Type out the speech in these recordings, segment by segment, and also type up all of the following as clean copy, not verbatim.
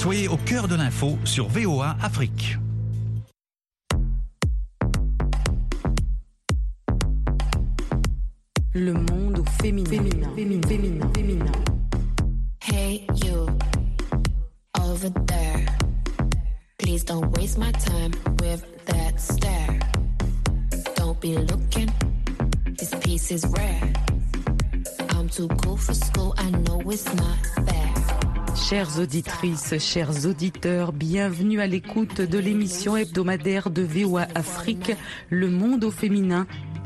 Soyez au cœur de l'info sur VOA Afrique. Le monde au féminin. Hey you, over there. Please don't waste my time with that stare. Don't be looking, this piece is rare. I'm too cool for school, I know it's not fair. Chères auditrices, chers auditeurs, bienvenue à l'écoute de l'émission hebdomadaire de VOA Afrique, Le monde au féminin.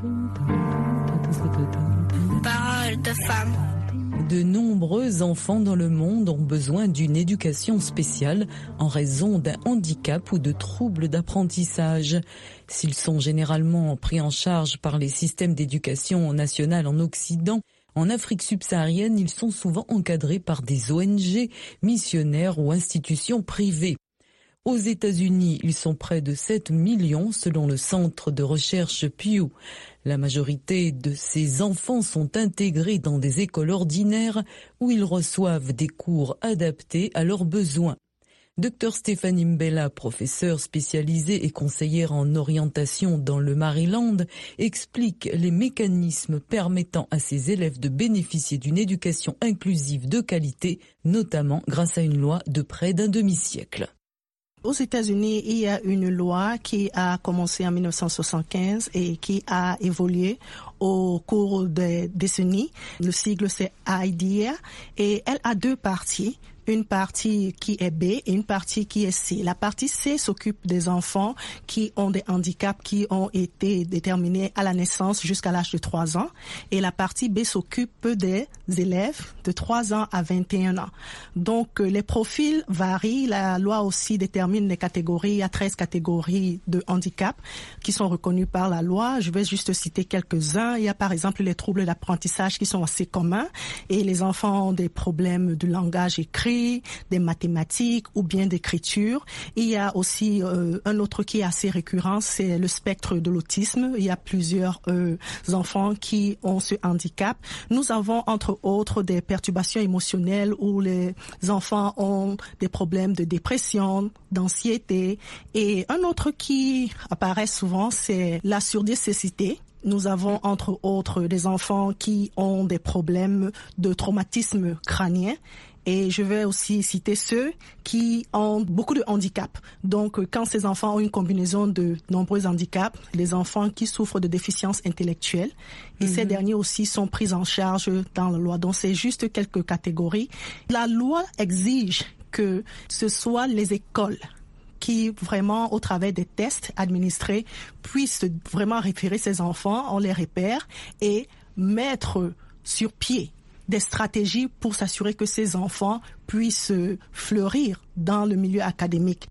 Parole de femme. De nombreux enfants dans le monde ont besoin d'une éducation spéciale en raison d'un handicap ou de troubles d'apprentissage. S'ils sont généralement pris en charge par les systèmes d'éducation nationale en Occident, en Afrique subsaharienne, ils sont souvent encadrés par des ONG, missionnaires ou institutions privées. Aux États-Unis, ils sont près de 7 millions selon le centre de recherche Pew. La majorité de ces enfants sont intégrés dans des écoles ordinaires où ils reçoivent des cours adaptés à leurs besoins. Dr Stéphanie Mbella, professeure spécialisée et conseillère en orientation dans le Maryland, explique les mécanismes permettant à ces élèves de bénéficier d'une éducation inclusive de qualité, notamment grâce à une loi de près d'un demi-siècle. Aux États-Unis, il y a une loi qui a commencé en 1975 et qui a évolué au cours des décennies. Le sigle, c'est IDEA et elle a deux parties. Une partie qui est B et une partie qui est C. La partie C s'occupe des enfants qui ont des handicaps qui ont été déterminés à la naissance jusqu'à l'âge de 3 ans. Et la partie B s'occupe des élèves de 3 ans à 21 ans. Donc, les profils varient. La loi aussi détermine les catégories. Il y a 13 catégories de handicap qui sont reconnues par la loi. Je vais juste citer quelques-uns. Il y a par exemple les troubles d'apprentissage qui sont assez communs et les enfants ont des problèmes de langage écrit, des mathématiques ou bien d'écriture. Il y a aussi un autre qui est assez récurrent, c'est le spectre de l'autisme. Il y a plusieurs enfants qui ont ce handicap. Nous avons entre autres des perturbations émotionnelles où les enfants ont des problèmes de dépression, d'anxiété. Et un autre qui apparaît souvent, c'est la surdicécité. Nous avons entre autres des enfants qui ont des problèmes de traumatisme crânien. Et je vais aussi citer ceux qui ont beaucoup de handicaps. Donc, quand ces enfants ont une combinaison de nombreux handicaps, les enfants qui souffrent de déficience intellectuelle, et ces derniers aussi sont pris en charge dans la loi. Donc, c'est juste quelques catégories. La loi exige que ce soit les écoles qui vraiment, au travers des tests administrés, puissent vraiment référer ces enfants, on les repère, et mettre sur pied des stratégies pour s'assurer que ces enfants puissent fleurir dans le milieu académique.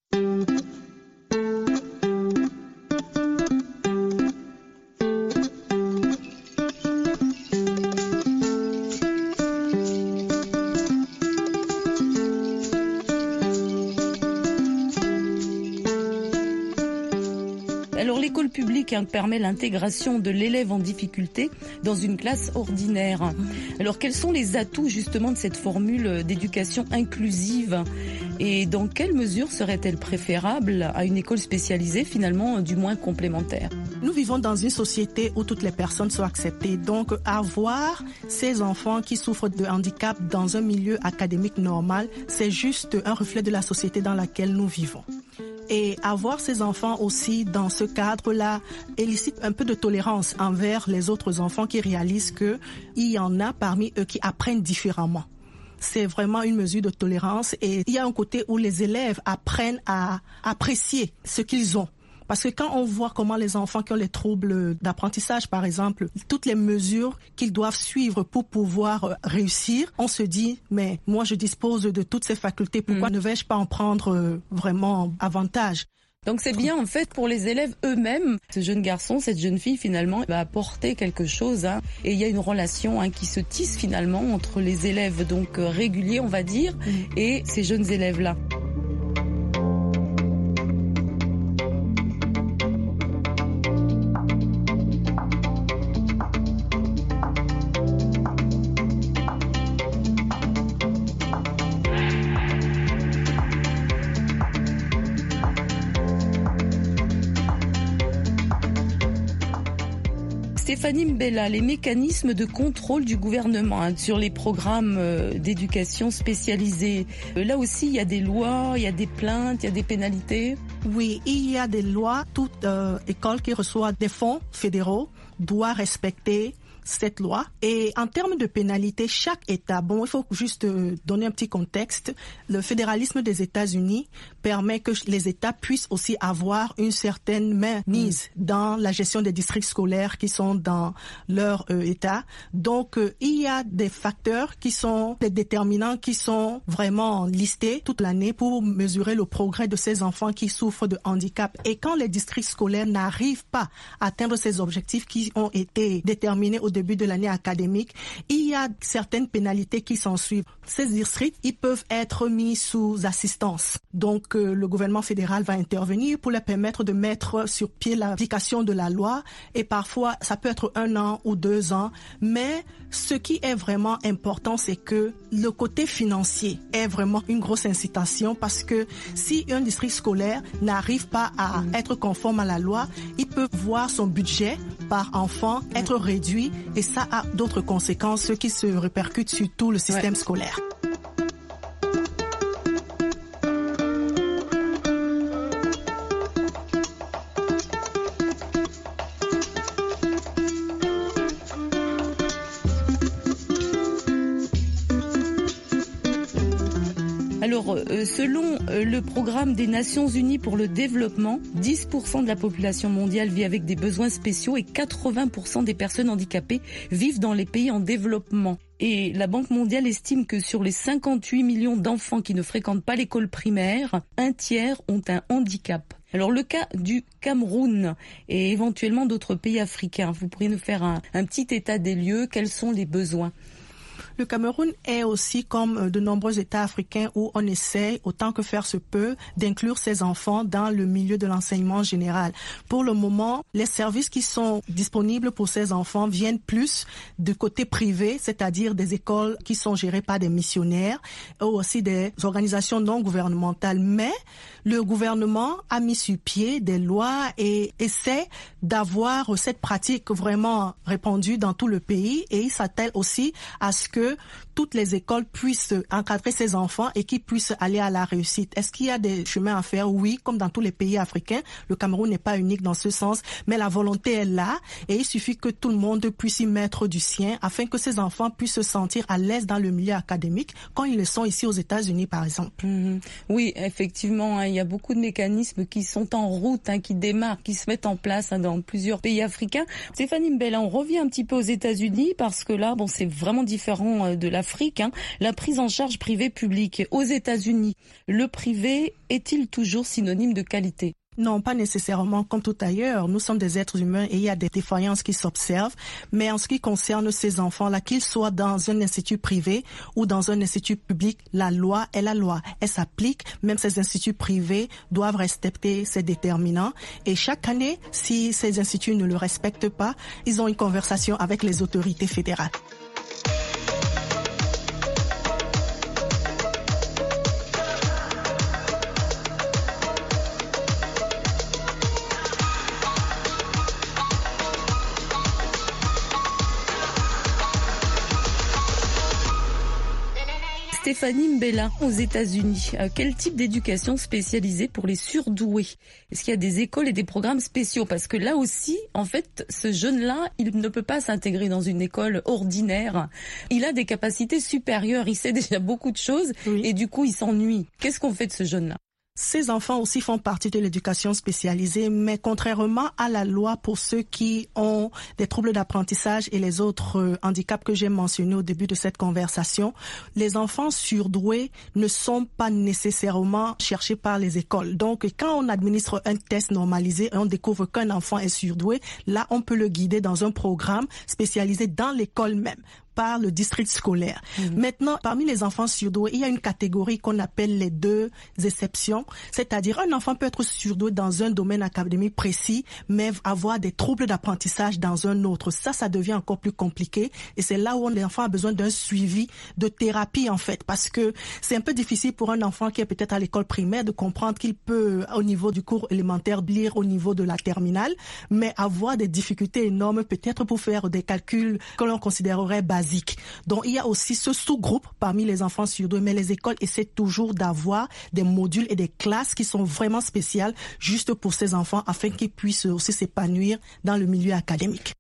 Alors l'école publique permet l'intégration de l'élève en difficulté dans une classe ordinaire. Alors quels sont les atouts justement de cette formule d'éducation inclusive et dans quelle mesure serait-elle préférable à une école spécialisée finalement du moins complémentaire? Nous vivons dans une société où toutes les personnes sont acceptées. Donc avoir ces enfants qui souffrent de handicap dans un milieu académique normal, c'est juste un reflet de la société dans laquelle nous vivons. Et avoir ces enfants aussi dans ce cadre-là élicite un peu de tolérance envers les autres enfants qui réalisent qu'il y en a parmi eux qui apprennent différemment. C'est vraiment une mesure de tolérance et il y a un côté où les élèves apprennent à apprécier ce qu'ils ont. Parce que quand on voit comment les enfants qui ont les troubles d'apprentissage, par exemple, toutes les mesures qu'ils doivent suivre pour pouvoir réussir, on se dit, mais moi je dispose de toutes ces facultés, pourquoi ne vais-je pas en prendre vraiment avantage? Donc c'est bien en fait pour les élèves eux-mêmes. Ce jeune garçon, cette jeune fille finalement va apporter quelque chose et il y a une relation qui se tisse finalement entre les élèves donc réguliers on va dire et ces jeunes élèves-là. Stéphanie Mbella, les mécanismes de contrôle du gouvernement sur les programmes d'éducation spécialisés. Là aussi, il y a des lois, il y a des plaintes, il y a des pénalités. Oui, il y a des lois. Toute école qui reçoit des fonds fédéraux doit respecter cette loi. Et en termes de pénalité, chaque État, il faut juste donner un petit contexte. Le fédéralisme des États-Unis permet que les États puissent aussi avoir une certaine mainmise dans la gestion des districts scolaires qui sont dans leur État. Donc, il y a des facteurs qui sont des déterminants qui sont vraiment listés toute l'année pour mesurer le progrès de ces enfants qui souffrent de handicap. Et quand les districts scolaires n'arrivent pas à atteindre ces objectifs qui ont été déterminés au début de l'année académique, il y a certaines pénalités qui s'en suivent. Ces districts, ils peuvent être mis sous assistance. Donc, le gouvernement fédéral va intervenir pour leur permettre de mettre sur pied l'application de la loi. Et parfois, ça peut être 1 an ou 2 ans. Mais ce qui est vraiment important, c'est que le côté financier est vraiment une grosse incitation parce que si un district scolaire n'arrive pas à être conforme à la loi, il peut voir son budget par enfant être réduit et ça a d'autres conséquences qui se répercutent sur tout le système scolaire. Alors, selon le programme des Nations Unies pour le développement, 10% de la population mondiale vit avec des besoins spéciaux et 80% des personnes handicapées vivent dans les pays en développement. Et la Banque mondiale estime que sur les 58 millions d'enfants qui ne fréquentent pas l'école primaire, 1/3 ont un handicap. Alors le cas du Cameroun et éventuellement d'autres pays africains, vous pourriez nous faire un petit état des lieux, quels sont les besoins ? Le Cameroun est aussi comme de nombreux États africains où on essaie, autant que faire se peut, d'inclure ces enfants dans le milieu de l'enseignement général. Pour le moment, les services qui sont disponibles pour ces enfants viennent plus du côté privé, c'est-à-dire des écoles qui sont gérées par des missionnaires ou aussi des organisations non gouvernementales. Mais le gouvernement a mis sur pied des lois et essaie d'avoir cette pratique vraiment répandue dans tout le pays et il s'attelle aussi à ce que toutes les écoles puissent encadrer ces enfants et qu'ils puissent aller à la réussite. Est-ce qu'il y a des chemins à faire? Oui, comme dans tous les pays africains. Le Cameroun n'est pas unique dans ce sens, mais la volonté est là et il suffit que tout le monde puisse y mettre du sien afin que ces enfants puissent se sentir à l'aise dans le milieu académique quand ils le sont ici aux États-Unis, par exemple. Oui, effectivement, il y a beaucoup de mécanismes qui sont en route, qui démarrent, qui se mettent en place dans plusieurs pays africains. Stéphanie Mbella, on revient un petit peu aux États-Unis parce que là, c'est vraiment différent de l'Afrique. La prise en charge privée-publique aux États-Unis, le privé est-il toujours synonyme de qualité ? Non, pas nécessairement comme tout ailleurs. Nous sommes des êtres humains et il y a des défaillances qui s'observent. Mais en ce qui concerne ces enfants-là, qu'ils soient dans un institut privé ou dans un institut public, la loi est la loi. Elle s'applique. Même ces instituts privés doivent respecter ces déterminants. Et chaque année, si ces instituts ne le respectent pas, ils ont une conversation avec les autorités fédérales. Stéphanie Mbella, aux États-Unis, quel type d'éducation spécialisée pour les surdoués? Est-ce qu'il y a des écoles et des programmes spéciaux? Parce que là aussi, en fait, ce jeune-là, il ne peut pas s'intégrer dans une école ordinaire. Il a des capacités supérieures, il sait déjà beaucoup de choses et du coup, il s'ennuie. Qu'est-ce qu'on fait de ce jeune-là? Ces enfants aussi font partie de l'éducation spécialisée, mais contrairement à la loi pour ceux qui ont des troubles d'apprentissage et les autres handicaps que j'ai mentionnés au début de cette conversation, les enfants surdoués ne sont pas nécessairement cherchés par les écoles. Donc, quand on administre un test normalisé et on découvre qu'un enfant est surdoué, là, on peut le guider dans un programme spécialisé dans l'école même. par le district scolaire. Maintenant, parmi les enfants surdoués, il y a une catégorie qu'on appelle les 2 exceptions, c'est-à-dire un enfant peut être surdoué dans un domaine académique précis, mais avoir des troubles d'apprentissage dans un autre. Ça devient encore plus compliqué et c'est là où l'enfant a besoin d'un suivi de thérapie en fait, parce que c'est un peu difficile pour un enfant qui est peut-être à l'école primaire de comprendre qu'il peut, au niveau du cours élémentaire, lire au niveau de la terminale, mais avoir des difficultés énormes peut-être pour faire des calculs que l'on considérerait basiques. Donc il y a aussi ce sous-groupe parmi les enfants surdoués, mais les écoles essaient toujours d'avoir des modules et des classes qui sont vraiment spéciales juste pour ces enfants afin qu'ils puissent aussi s'épanouir dans le milieu académique.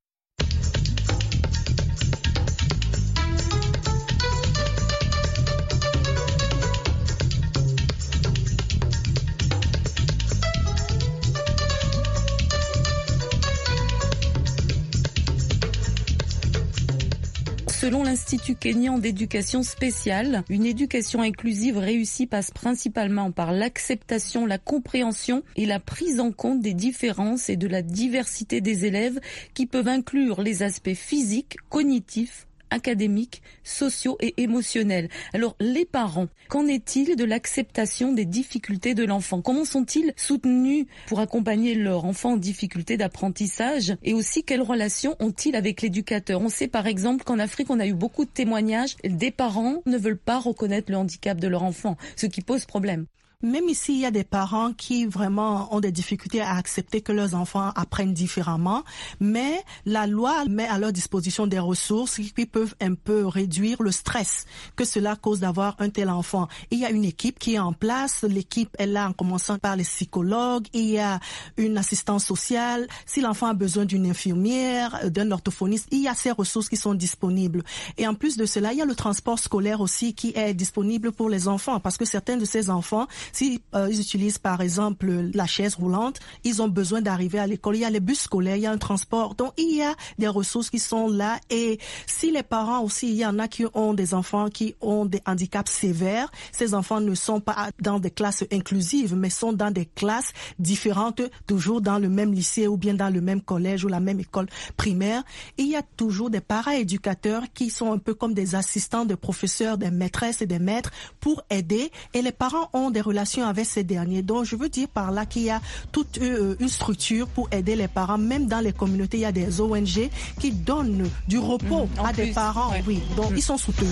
Selon l'Institut kényan d'éducation spéciale, une éducation inclusive réussie passe principalement par l'acceptation, la compréhension et la prise en compte des différences et de la diversité des élèves qui peuvent inclure les aspects physiques, cognitifs, académiques, sociaux et émotionnels. Alors, les parents, qu'en est-il de l'acceptation des difficultés de l'enfant? Comment sont-ils soutenus pour accompagner leur enfant en difficulté d'apprentissage? Et aussi, quelles relations ont-ils avec l'éducateur? On sait par exemple qu'en Afrique, on a eu beaucoup de témoignages des parents ne veulent pas reconnaître le handicap de leur enfant, ce qui pose problème. Même ici, il y a des parents qui vraiment ont des difficultés à accepter que leurs enfants apprennent différemment, mais la loi met à leur disposition des ressources qui peuvent un peu réduire le stress que cela cause d'avoir un tel enfant. Il y a une équipe qui est en place, l'équipe est là en commençant par les psychologues, il y a une assistance sociale, si l'enfant a besoin d'une infirmière, d'un orthophoniste, il y a ces ressources qui sont disponibles. Et en plus de cela, il y a le transport scolaire aussi qui est disponible pour les enfants, parce que certains de ces enfants, si ils utilisent par exemple la chaise roulante, ils ont besoin d'arriver à l'école. Il y a les bus scolaires, il y a un transport. Donc il y a des ressources qui sont là. Et si les parents aussi, il y en a qui ont des enfants qui ont des handicaps sévères, ces enfants ne sont pas dans des classes inclusives, mais sont dans des classes différentes, toujours dans le même lycée ou bien dans le même collège ou la même école primaire. Il y a toujours des para-éducateurs qui sont un peu comme des assistants de professeurs, des maîtresses et des maîtres pour aider. Et les parents ont des relations avec ces derniers. Donc, je veux dire par là qu'il y a toute une structure pour aider les parents. Même dans les communautés, il y a des ONG qui donnent du repos à des parents. Ouais. Oui, donc ils sont soutenus.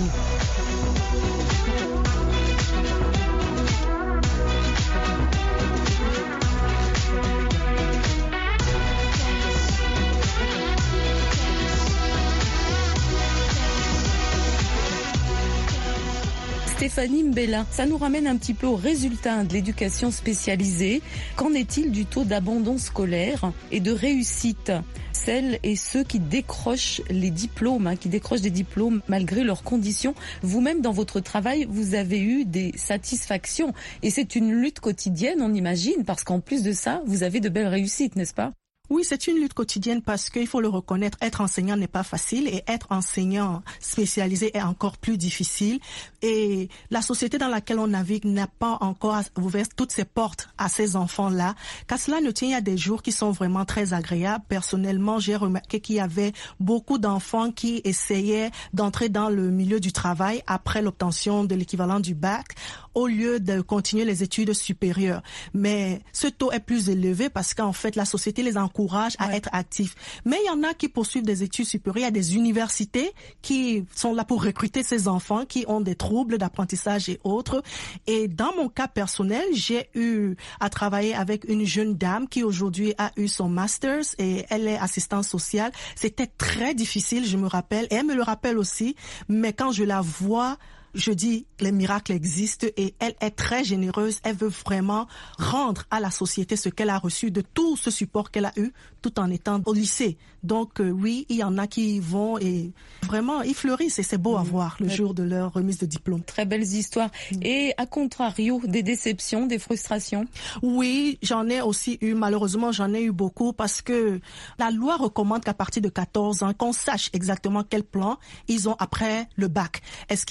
Stéphanie Mbella, ça nous ramène un petit peu aux résultats de l'éducation spécialisée. Qu'en est-il du taux d'abandon scolaire et de réussite? Celles et ceux qui décrochent les diplômes, qui décrochent des diplômes malgré leurs conditions. Vous-même, dans votre travail, vous avez eu des satisfactions. Et c'est une lutte quotidienne, on imagine, parce qu'en plus de ça, vous avez de belles réussites, n'est-ce pas? Oui, c'est une lutte quotidienne parce qu'il faut le reconnaître, être enseignant n'est pas facile et être enseignant spécialisé est encore plus difficile. Et la société dans laquelle on navigue n'a pas encore ouvert toutes ses portes à ces enfants-là. Qu'à cela ne tient, il y a des jours qui sont vraiment très agréables. Personnellement, j'ai remarqué qu'il y avait beaucoup d'enfants qui essayaient d'entrer dans le milieu du travail après l'obtention de l'équivalent du bac au lieu de continuer les études supérieures. Mais ce taux est plus élevé parce qu'en fait, la société les encourage à être actifs. Mais il y en a qui poursuivent des études supérieures. Il y a des universités qui sont là pour recruter ces enfants qui ont des troubles d'apprentissage et autres. Et dans mon cas personnel, j'ai eu à travailler avec une jeune dame qui aujourd'hui a eu son master's et elle est assistante sociale. C'était très difficile, je me rappelle. Et elle me le rappelle aussi. Mais quand je la vois, je dis, les miracles existent et elle est très généreuse. Elle veut vraiment rendre à la société ce qu'elle a reçu de tout ce support qu'elle a eu tout en étant au lycée. Donc oui, il y en a qui vont et vraiment, ils fleurissent et c'est beau à voir le jour de leur remise de diplôme. Très belles histoires. Et à contrario, des déceptions, des frustrations? Oui, j'en ai aussi eu. Malheureusement, j'en ai eu beaucoup parce que la loi recommande qu'à partir de 14 ans, qu'on sache exactement quel plan ils ont après le bac. Est-ce qu'ils vont continuer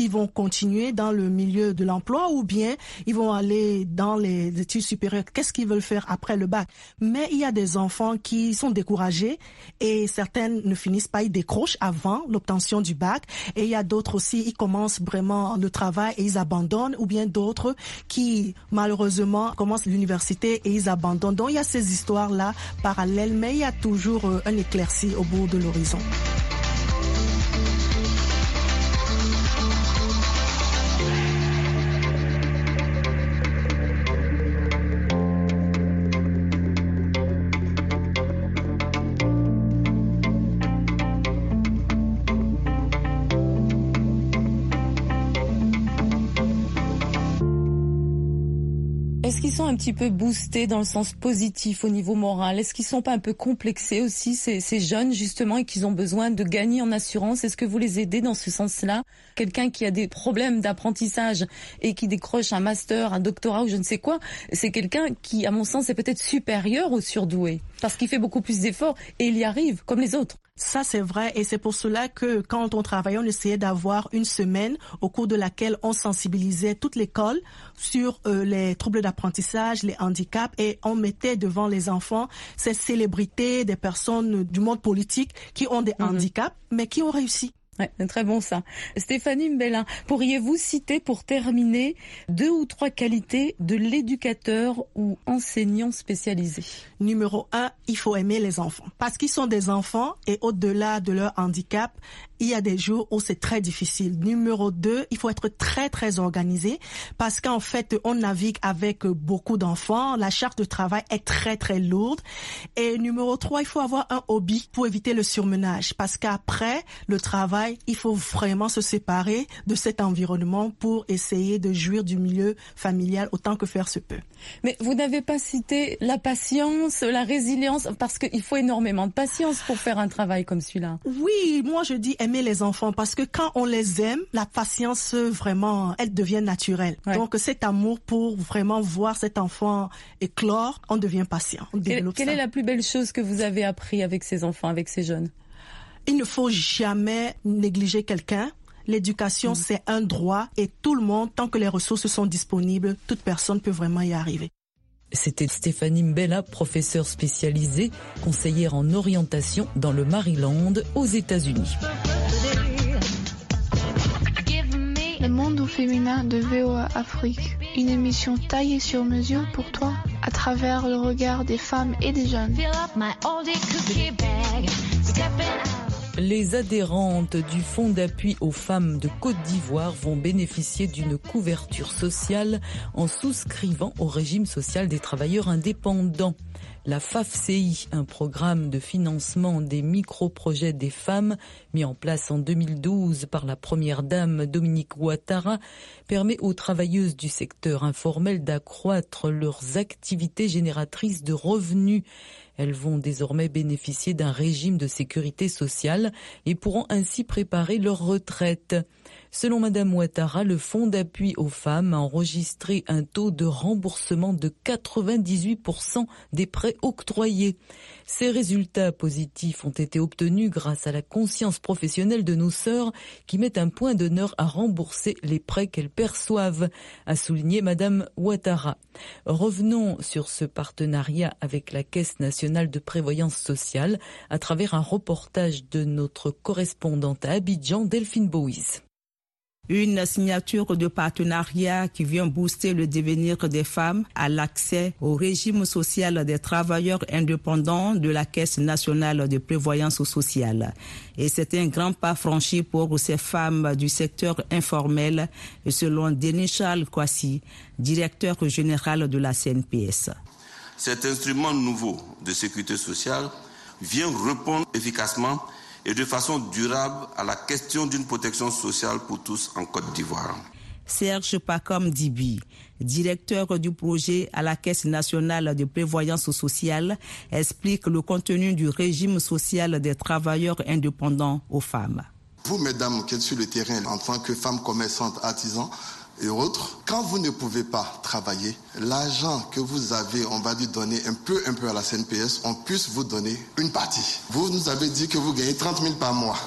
continuer dans le milieu de l'emploi ou bien ils vont aller dans les études supérieures. Qu'est-ce qu'ils veulent faire après le bac? Mais il y a des enfants qui sont découragés et certaines ne finissent pas, ils décrochent avant l'obtention du bac. Et il y a d'autres aussi, ils commencent vraiment le travail et ils abandonnent, ou bien d'autres qui malheureusement commencent l'université et ils abandonnent. Donc il y a ces histoires-là parallèles, mais il y a toujours un éclairci au bout de l'horizon. Est-ce qu'ils sont un petit peu boostés dans le sens positif au niveau moral? Est-ce qu'ils sont pas un peu complexés aussi, ces jeunes justement, et qu'ils ont besoin de gagner en assurance? Est-ce que vous les aidez dans ce sens-là? Quelqu'un qui a des problèmes d'apprentissage et qui décroche un master, un doctorat ou je ne sais quoi, c'est quelqu'un qui, à mon sens, est peut-être supérieur au surdoué parce qu'il fait beaucoup plus d'efforts et il y arrive comme les autres. Ça, c'est vrai, et c'est pour cela que quand on travaillait, on essayait d'avoir une semaine au cours de laquelle on sensibilisait toute l'école sur les troubles d'apprentissage, les handicaps, et on mettait devant les enfants ces célébrités, des personnes du monde politique qui ont des handicaps, mais qui ont réussi. Ouais, c'est très bon ça. Stéphanie Mbella, pourriez-vous citer pour terminer 2 ou 3 qualités de l'éducateur ou enseignant spécialisé? Numéro 1, il faut aimer les enfants. Parce qu'ils sont des enfants et au-delà de leur handicap, il y a des jours où c'est très difficile. Numéro 2, il faut être très, très organisé parce qu'en fait, on navigue avec beaucoup d'enfants. La charge de travail est très, très lourde. Et numéro 3, il faut avoir un hobby pour éviter le surmenage parce qu'après le travail, il faut vraiment se séparer de cet environnement pour essayer de jouir du milieu familial autant que faire se peut. Mais vous n'avez pas cité la patience, la résilience, parce qu'il faut énormément de patience pour faire un travail comme celui-là. Oui, moi je dis aimer les enfants parce que quand on les aime, la patience vraiment, elle devient naturelle. Ouais. Donc cet amour pour vraiment voir cet enfant éclore, on devient patient. Quelle est la plus belle chose que vous avez appris avec ces enfants, avec ces jeunes? Il ne faut jamais négliger quelqu'un. L'éducation, c'est un droit et tout le monde, tant que les ressources sont disponibles, toute personne peut vraiment y arriver. C'était Stéphanie Mbella, professeure spécialisée, conseillère en orientation dans le Maryland, aux États-Unis. Le monde au féminin de VOA Afrique, une émission taillée sur mesure pour toi, à travers le regard des femmes et des jeunes. Les adhérentes du Fonds d'appui aux femmes de Côte d'Ivoire vont bénéficier d'une couverture sociale en souscrivant au régime social des travailleurs indépendants. La FAFCI, un programme de financement des micro-projets des femmes mis en place en 2012 par la première dame Dominique Ouattara, permet aux travailleuses du secteur informel d'accroître leurs activités génératrices de revenus. Elles vont désormais bénéficier d'un régime de sécurité sociale et pourront ainsi préparer leur retraite. Selon Madame Ouattara, le Fonds d'appui aux femmes a enregistré un taux de remboursement de 98% des prêts octroyés. Ces résultats positifs ont été obtenus grâce à la conscience professionnelle de nos sœurs qui mettent un point d'honneur à rembourser les prêts qu'elles perçoivent, a souligné Madame Ouattara. Revenons sur ce partenariat avec la Caisse nationale de prévoyance sociale à travers un reportage de notre correspondante à Abidjan, Delphine Boïs. Une signature de partenariat qui vient booster le devenir des femmes à l'accès au régime social des travailleurs indépendants de la Caisse nationale de prévoyance sociale. Et c'est un grand pas franchi pour ces femmes du secteur informel, selon Denis Charles Kwasi, directeur général de la CNPS. Cet instrument nouveau de sécurité sociale vient répondre efficacement et de façon durable à la question d'une protection sociale pour tous en Côte d'Ivoire. Serge Pacom Dibi, directeur du projet à la Caisse nationale de prévoyance sociale, explique le contenu du régime social des travailleurs indépendants aux femmes. Vous, mesdames, qui êtes sur le terrain en tant que femmes commerçantes, artisans et autres, quand vous ne pouvez pas travailler, l'argent que vous avez, on va lui donner un peu à la CNPS, on puisse vous donner une partie. Vous nous avez dit que vous gagnez 30 000 par mois.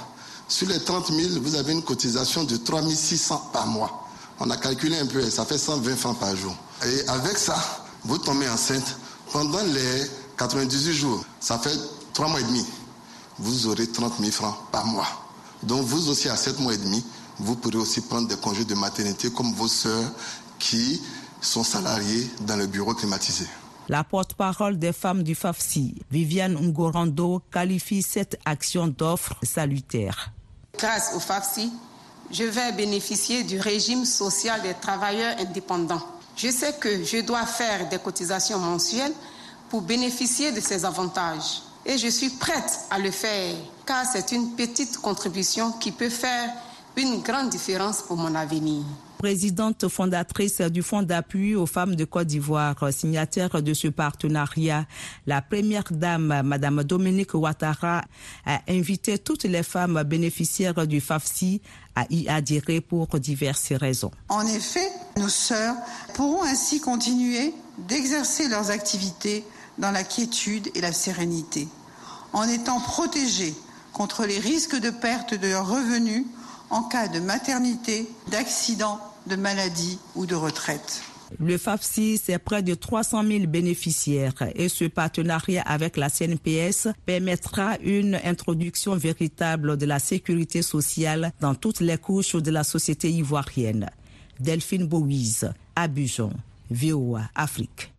Sur les 30 000, vous avez une cotisation de 3 600 par mois. On a calculé un peu, ça fait 120 francs par jour. Et avec ça, vous tombez enceinte. Pendant les 98 jours, ça fait 3 mois et demi. Vous aurez 30 000 francs par mois. Donc vous aussi, à 7 mois et demi, vous pourrez aussi prendre des congés de maternité comme vos sœurs qui sont salariées dans le bureau climatisé. La porte-parole des femmes du FAFSI, Viviane Ngorando, qualifie cette action d'offre salutaire. Grâce au FAFSI, je vais bénéficier du régime social des travailleurs indépendants. Je sais que je dois faire des cotisations mensuelles pour bénéficier de ces avantages. Et je suis prête à le faire, car c'est une petite contribution qui peut faire une grande différence pour mon avenir. Présidente fondatrice du Fonds d'appui aux femmes de Côte d'Ivoire, signataire de ce partenariat, la première dame, Madame Dominique Ouattara, a invité toutes les femmes bénéficiaires du FAFSI à y adhérer pour diverses raisons. En effet, nos sœurs pourront ainsi continuer d'exercer leurs activités dans la quiétude et la sérénité, en étant protégées contre les risques de perte de leurs revenus en cas de maternité, d'accident, de maladie ou de retraite. Le FAFSI, c'est près de 300 000 bénéficiaires et ce partenariat avec la CNPS permettra une introduction véritable de la sécurité sociale dans toutes les couches de la société ivoirienne. Delphine Bouise, Abidjan, VOA Afrique.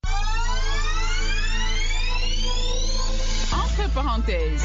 Entre parenthèses.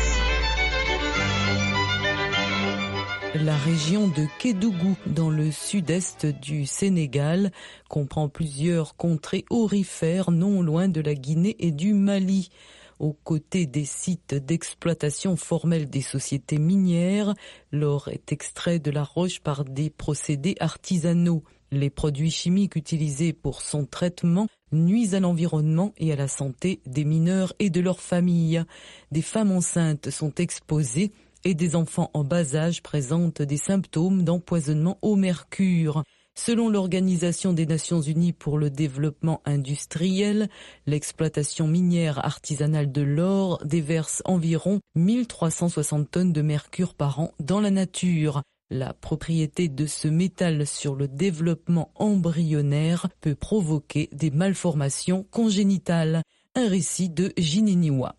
La région de Kédougou, dans le sud-est du Sénégal, comprend plusieurs contrées aurifères non loin de la Guinée et du Mali. Aux côtés des sites d'exploitation formelle des sociétés minières, l'or est extrait de la roche par des procédés artisanaux. Les produits chimiques utilisés pour son traitement nuisent à l'environnement et à la santé des mineurs et de leurs familles. Des femmes enceintes sont exposées et des enfants en bas âge présentent des symptômes d'empoisonnement au mercure. Selon l'Organisation des Nations Unies pour le développement industriel, l'exploitation minière artisanale de l'or déverse environ 1360 tonnes de mercure par an dans la nature. La propriété de ce métal sur le développement embryonnaire peut provoquer des malformations congénitales. Un récit de Jininiwa.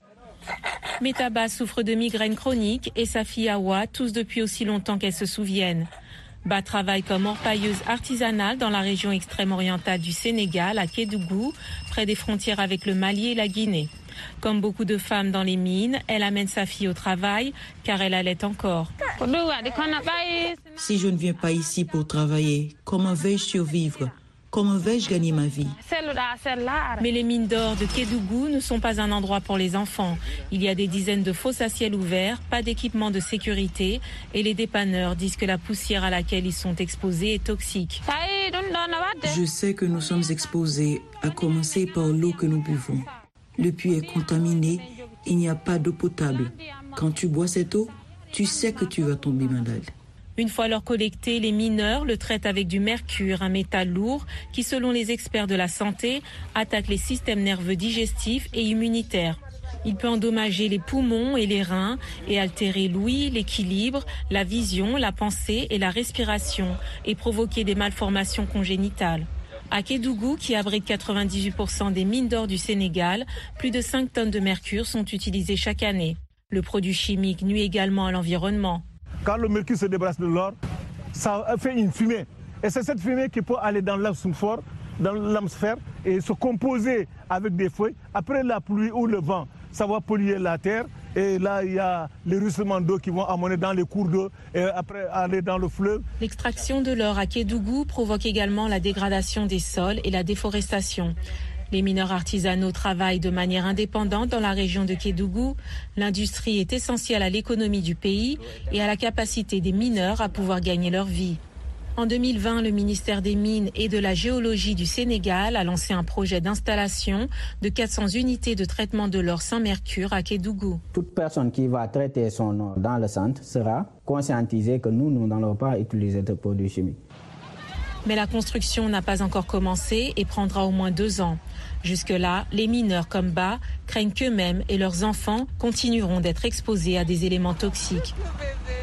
Metaba souffre de migraines chroniques et sa fille Awa, tous depuis aussi longtemps qu'elle se souvienne. Ba travaille comme orpailleuse artisanale dans la région extrême-orientale du Sénégal, à Kédougou, près des frontières avec le Mali et la Guinée. Comme beaucoup de femmes dans les mines, elle amène sa fille au travail car elle allait encore. Si je ne viens pas ici pour travailler, comment vais-je survivre ? Comment vais-je gagner ma vie ? Mais les mines d'or de Kédougou ne sont pas un endroit pour les enfants. Il y a des dizaines de fosses à ciel ouvert, pas d'équipement de sécurité et les dépanneurs disent que la poussière à laquelle ils sont exposés est toxique. Je sais que nous sommes exposés, à commencer par l'eau que nous buvons. Le puits est contaminé, il n'y a pas d'eau potable. Quand tu bois cette eau, tu sais que tu vas tomber malade. Une fois l'or collecté, les mineurs le traitent avec du mercure, un métal lourd qui, selon les experts de la santé, attaque les systèmes nerveux digestifs et immunitaires. Il peut endommager les poumons et les reins et altérer l'ouïe, l'équilibre, la vision, la pensée et la respiration et provoquer des malformations congénitales. À Kédougou, qui abrite 98% des mines d'or du Sénégal, plus de 5 tonnes de mercure sont utilisées chaque année. Le produit chimique nuit également à l'environnement. Quand le mercure se débarrasse de l'or, ça fait une fumée. Et c'est cette fumée qui peut aller dans l'atmosphère et se composer avec des feuilles. Après la pluie ou le vent, ça va polluer la terre. Et là, il y a les ruissellements d'eau qui vont amener dans les cours d'eau et après aller dans le fleuve. L'extraction de l'or à Kédougou provoque également la dégradation des sols et la déforestation. Les mineurs artisanaux travaillent de manière indépendante dans la région de Kédougou. L'industrie est essentielle à l'économie du pays et à la capacité des mineurs à pouvoir gagner leur vie. En 2020, le ministère des Mines et de la Géologie du Sénégal a lancé un projet d'installation de 400 unités de traitement de l'or sans mercure à Kédougou. Toute personne qui va traiter son or dans le centre sera conscientisée que nous n'allons pas utiliser de produits chimiques. Mais la construction n'a pas encore commencé et prendra au moins 2 ans. Jusque-là, les mineurs comme Ba craignent qu'eux-mêmes et leurs enfants continueront d'être exposés à des éléments toxiques.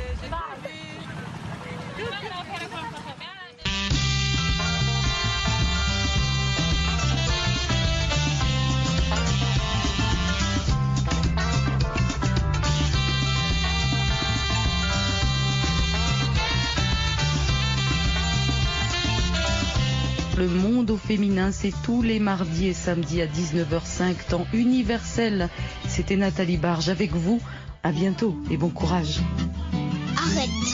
féminin, c'est tous les mardis et samedis à 19h05, temps universel. C'était Nathalie Barge avec vous. À bientôt et bon courage. Arrête.